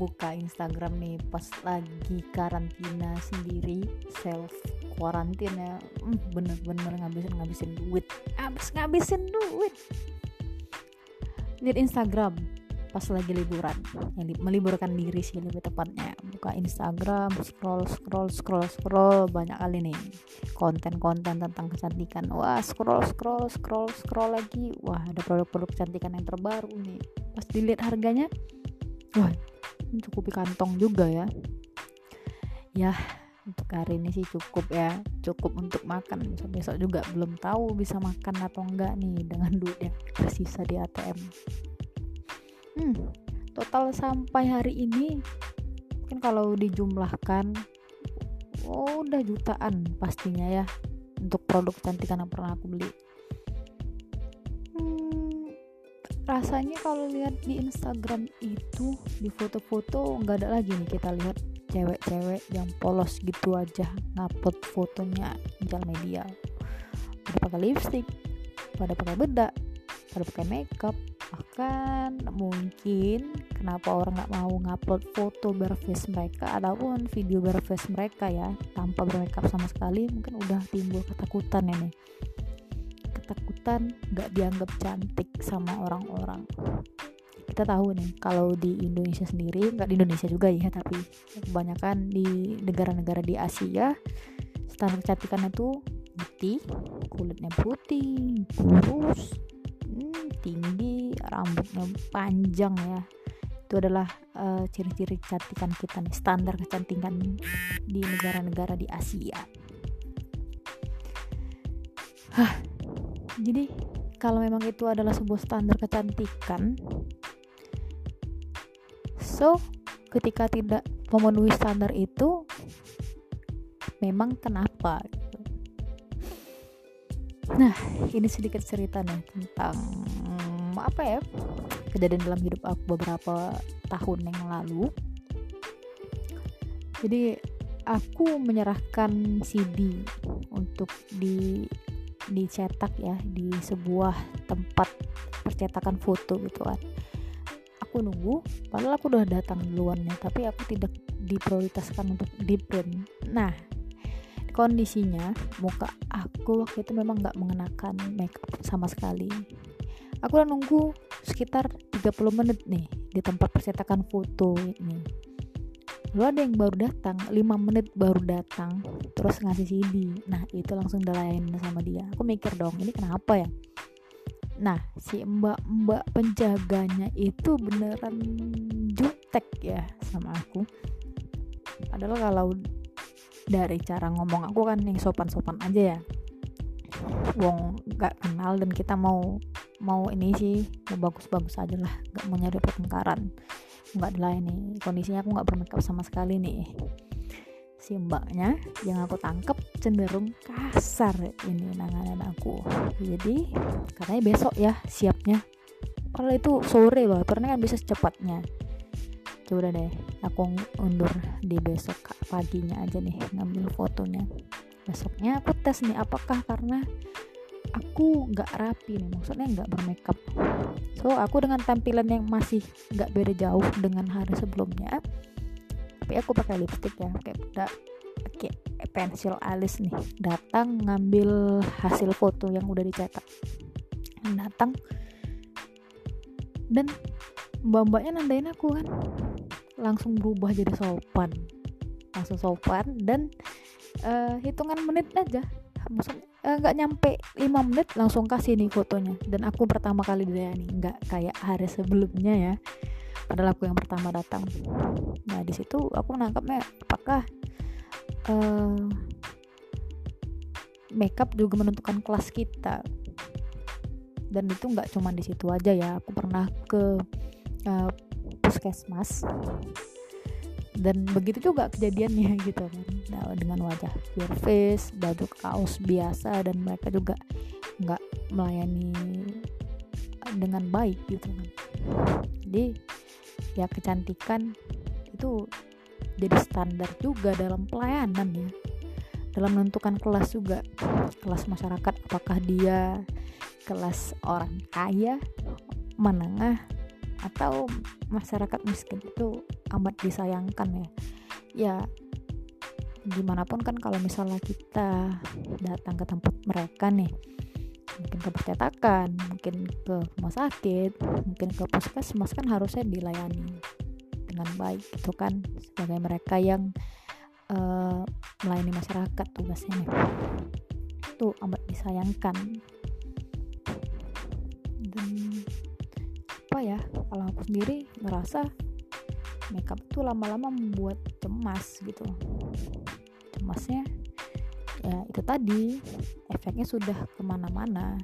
buka Instagram nih pas lagi karantina sendiri, self quarantine ya. Bener-bener ngabisin duit. Ngabisin duit. Lihat Instagram pas lagi liburan, meliburkan diri sih lebih tepatnya. Buka Instagram, scroll banyak kali nih konten-konten tentang kecantikan. Wah, scroll lagi. Wah, ada produk-produk kecantikan yang terbaru nih. Pas dilihat harganya, wah, mencukupi kantong juga ya. Ya, untuk hari ini sih cukup ya, cukup untuk makan. Besok juga belum tahu bisa makan atau enggak nih dengan duit yang tersisa di ATM. Total sampai hari ini mungkin kalau dijumlahkan udah jutaan pastinya ya untuk produk kecantikan yang pernah aku beli. Rasanya kalau lihat di Instagram itu, di foto-foto nggak ada lagi nih kita lihat cewek-cewek yang polos gitu aja ngupload fotonya di sosial media, pada pakai lipstick, pada pakai bedak, pada pakai makeup. Bahkan mungkin kenapa orang nggak mau ngupload foto bare face mereka ataupun video bare face mereka ya tanpa bermakeup sama sekali, mungkin udah timbul ketakutan ini, ketakutan nggak dianggap cantik sama orang-orang. Kita tahu nih kalau di Indonesia sendiri, nggak di Indonesia juga ya, tapi kebanyakan di negara-negara di Asia standar kecantikan itu putih, kulitnya putih, kurus, tinggi, rambutnya panjang ya. Itu adalah ciri-ciri kecantikan kita nih, standar kecantikan di negara-negara di Asia. Jadi kalau memang itu adalah sebuah standar kecantikan, so ketika tidak memenuhi standar itu, memang kenapa? Nah, ini sedikit cerita nih tentang kejadian dalam hidup aku beberapa tahun yang lalu. Jadi aku menyerahkan CD untuk dicetak ya di sebuah tempat percetakan foto gitu kan. Aku nunggu, padahal aku udah datang duluan ya, tapi aku tidak diprioritaskan untuk di print. Nah, kondisinya muka aku waktu itu memang gak mengenakan makeup sama sekali. Aku udah nunggu sekitar 30 menit nih di tempat percetakan foto ini. Lalu ada yang baru datang, 5 menit baru datang, terus ngasih CD. Nah, itu langsung dilayanin sama dia. Aku mikir dong, ini kenapa ya? Nah, si mbak penjaganya itu beneran jutek ya sama aku. Padahal kalau dari cara ngomong aku kan yang sopan-sopan aja ya, wong gak kenal dan kita mau ini sih mau bagus-bagus aja lah, gak mau nyari pertengkaran, gak dilayani. Kondisinya aku gak bermakeup sama sekali nih. Si mbaknya yang aku tangkep cenderung kasar ini nanganan aku. Jadi katanya besok ya siapnya, kalau itu sore loh, karena kan bisa secepatnya. Coba deh aku undur di besok paginya aja nih ngambil fotonya. Besoknya aku tes nih apakah karena aku gak rapi nih, maksudnya gak bermakeup. So aku dengan tampilan yang masih gak beda jauh dengan hari sebelumnya, tapi aku pakai lipstick ya, pakai pensil alis nih, datang ngambil hasil foto yang udah dicetak. Datang dan mbak-mbaknya nandain aku kan, langsung berubah jadi sopan, dan hitungan menit aja, maksudnya nggak nyampe 5 menit langsung kasih nih fotonya. Dan aku pertama kali dilayani, nggak kayak hari sebelumnya ya, padahal aku yang pertama datang. Nah di situ aku menangkapnya apakah makeup juga menentukan kelas kita. Dan itu nggak cuma di situ aja ya, aku pernah ke puskesmas dan begitu juga kejadiannya gitu kan. Nah, dengan wajah bare face, baju kaos biasa, dan mereka juga nggak melayani dengan baik gitu kan. Jadi ya kecantikan itu jadi standar juga dalam pelayanan ya, dalam menentukan kelas juga, kelas masyarakat, apakah dia kelas orang kaya, menengah, atau masyarakat miskin. Itu amat disayangkan ya. Ya gimana pun kan kalau misalnya kita datang ke tempat mereka nih, mungkin ke percetakan, mungkin ke rumah sakit, mungkin ke puskesmas, kan harusnya dilayani dengan baik gitu kan, sebagai mereka yang melayani masyarakat tugasnya nih. Itu amat disayangkan. Dan apa ya, kalau aku sendiri ngerasa makeup itu lama-lama membuat cemas gitu. Cemasnya ya itu tadi, efeknya sudah kemana-mana.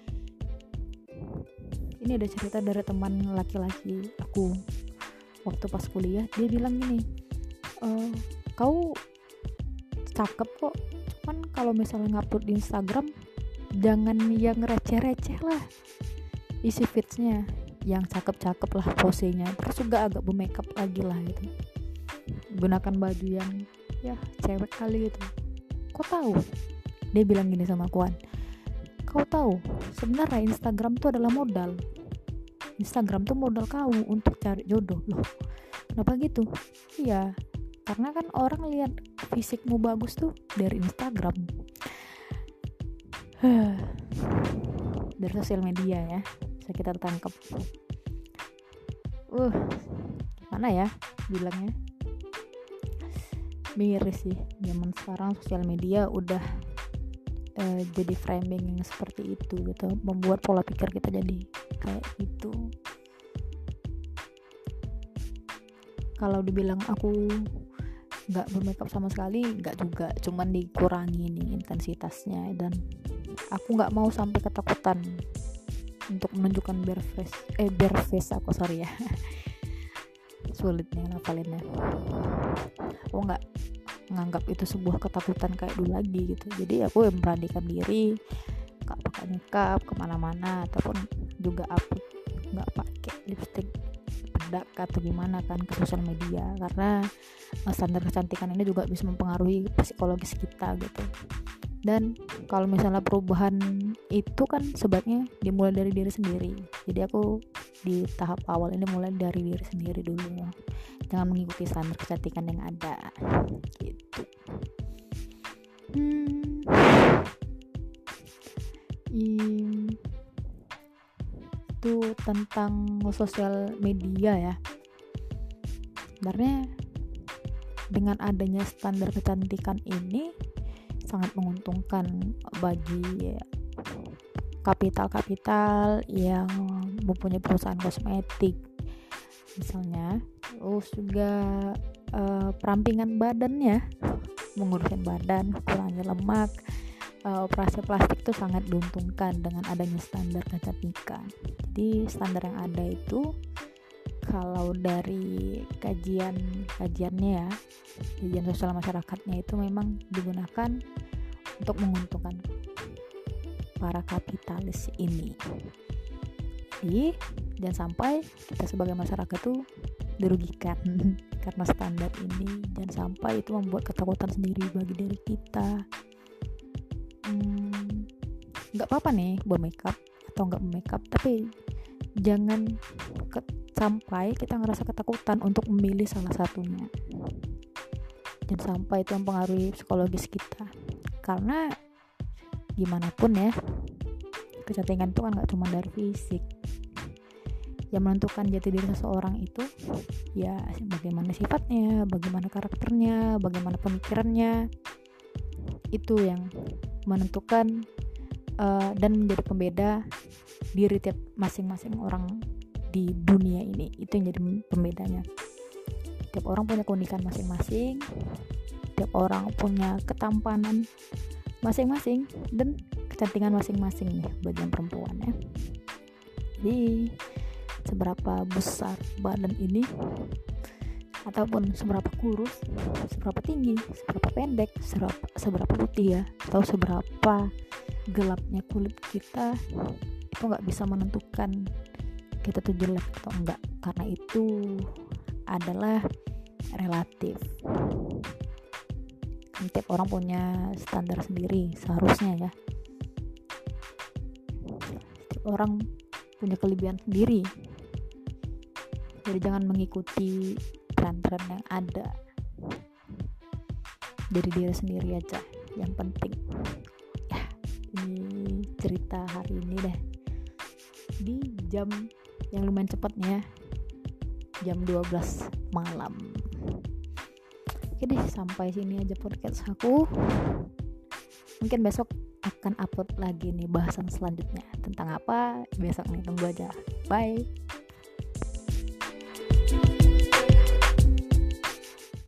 Ini ada cerita dari teman laki-laki aku waktu pas kuliah. Dia bilang gini, kau cakep kok, cuman kalau misalnya ngupload di Instagram jangan yang receh-receh lah isi feedsnya, yang cakep-cakep lah posenya, terus juga agak bermakeup lagi lah gitu, gunakan baju yang ya cewek kali gitu. Kau tahu, dia bilang gini sama akuan, kau tahu sebenarnya Instagram tuh adalah modal. Instagram tuh modal kau untuk cari jodoh. Loh, kenapa gitu? Iya, karena kan orang lihat fisikmu bagus tuh dari Instagram, dari sosial media ya, bisa kita tangkap. Gimana ya bilangnya, miris sih. Zaman sekarang sosial media udah jadi framing yang seperti itu gitu, membuat pola pikir kita jadi kayak gitu. Kalau dibilang aku nggak bermakeup sama sekali, nggak juga, cuman dikurangi nih intensitasnya. Dan aku nggak mau sampai ketakutan untuk menunjukkan bare face aku, sorry ya sulit nih lafalinnya. Aku nggak menganggap itu sebuah ketakutan kayak dulu lagi gitu. Jadi aku memberanikan diri nggak pakai makeup kemana-mana, ataupun juga aku nggak pakai lipstick bedak atau gimana kan ke sosial media, karena standar kecantikan ini juga bisa mempengaruhi psikologis kita gitu. Dan kalau misalnya perubahan itu kan sebaiknya dimulai dari diri sendiri. Jadi aku di tahap awal ini mulai dari diri sendiri dulu, jangan mengikuti standar kecantikan yang ada gitu. Itu tentang sosial media ya. Sebenarnya dengan adanya standar kecantikan ini sangat menguntungkan bagi kapital yang mempunyai perusahaan kosmetik misalnya. Terus juga perampingan badannya, mengurusin badan, kurangi lemak, operasi plastik itu sangat diuntungkan dengan adanya standar kecantikan. Jadi standar yang ada itu, kalau dari kajiannya ya, kajian sosial masyarakatnya, itu memang digunakan untuk menguntungkan para kapitalis ini. Jadi jangan sampai kita sebagai masyarakat tuh dirugikan karena standar ini. Jangan sampai itu membuat ketakutan sendiri bagi diri kita. Nggak apa-apa nih bermakeup atau nggak bermakeup, tapi jangan sampai kita ngerasa ketakutan untuk memilih salah satunya. Jangan sampai itu mempengaruhi psikologis kita, karena gimana pun ya, kecantikan itu kan nggak cuma dari fisik. Yang menentukan jati diri seseorang itu ya bagaimana sifatnya, bagaimana karakternya, bagaimana pemikirannya. Itu yang menentukan dan menjadi pembeda diri tiap masing-masing orang di dunia ini. Itu yang jadi pembedanya. Tiap orang punya keunikan masing-masing, tiap orang punya ketampanan masing-masing dan kecantikan masing-masing nih bagian perempuan ya. Jadi seberapa besar badan ini, ataupun seberapa kurus, seberapa tinggi, seberapa pendek, seberapa putih ya, atau seberapa gelapnya kulit kita, itu nggak bisa menentukan kita tuh jelek atau enggak, karena itu adalah relatif. Tiap orang punya standar sendiri seharusnya ya. Tiap orang punya kelebihan sendiri. Jadi jangan mengikuti tren-tren yang ada dari diri sendiri aja yang penting. Ya, ini cerita hari ini deh di jam yang lumayan cepatnya, jam 12 malam. Oke deh, sampai sini aja podcast aku. Mungkin besok akan upload lagi nih bahasan selanjutnya. Tentang apa? Besok nih, tunggu aja. Bye.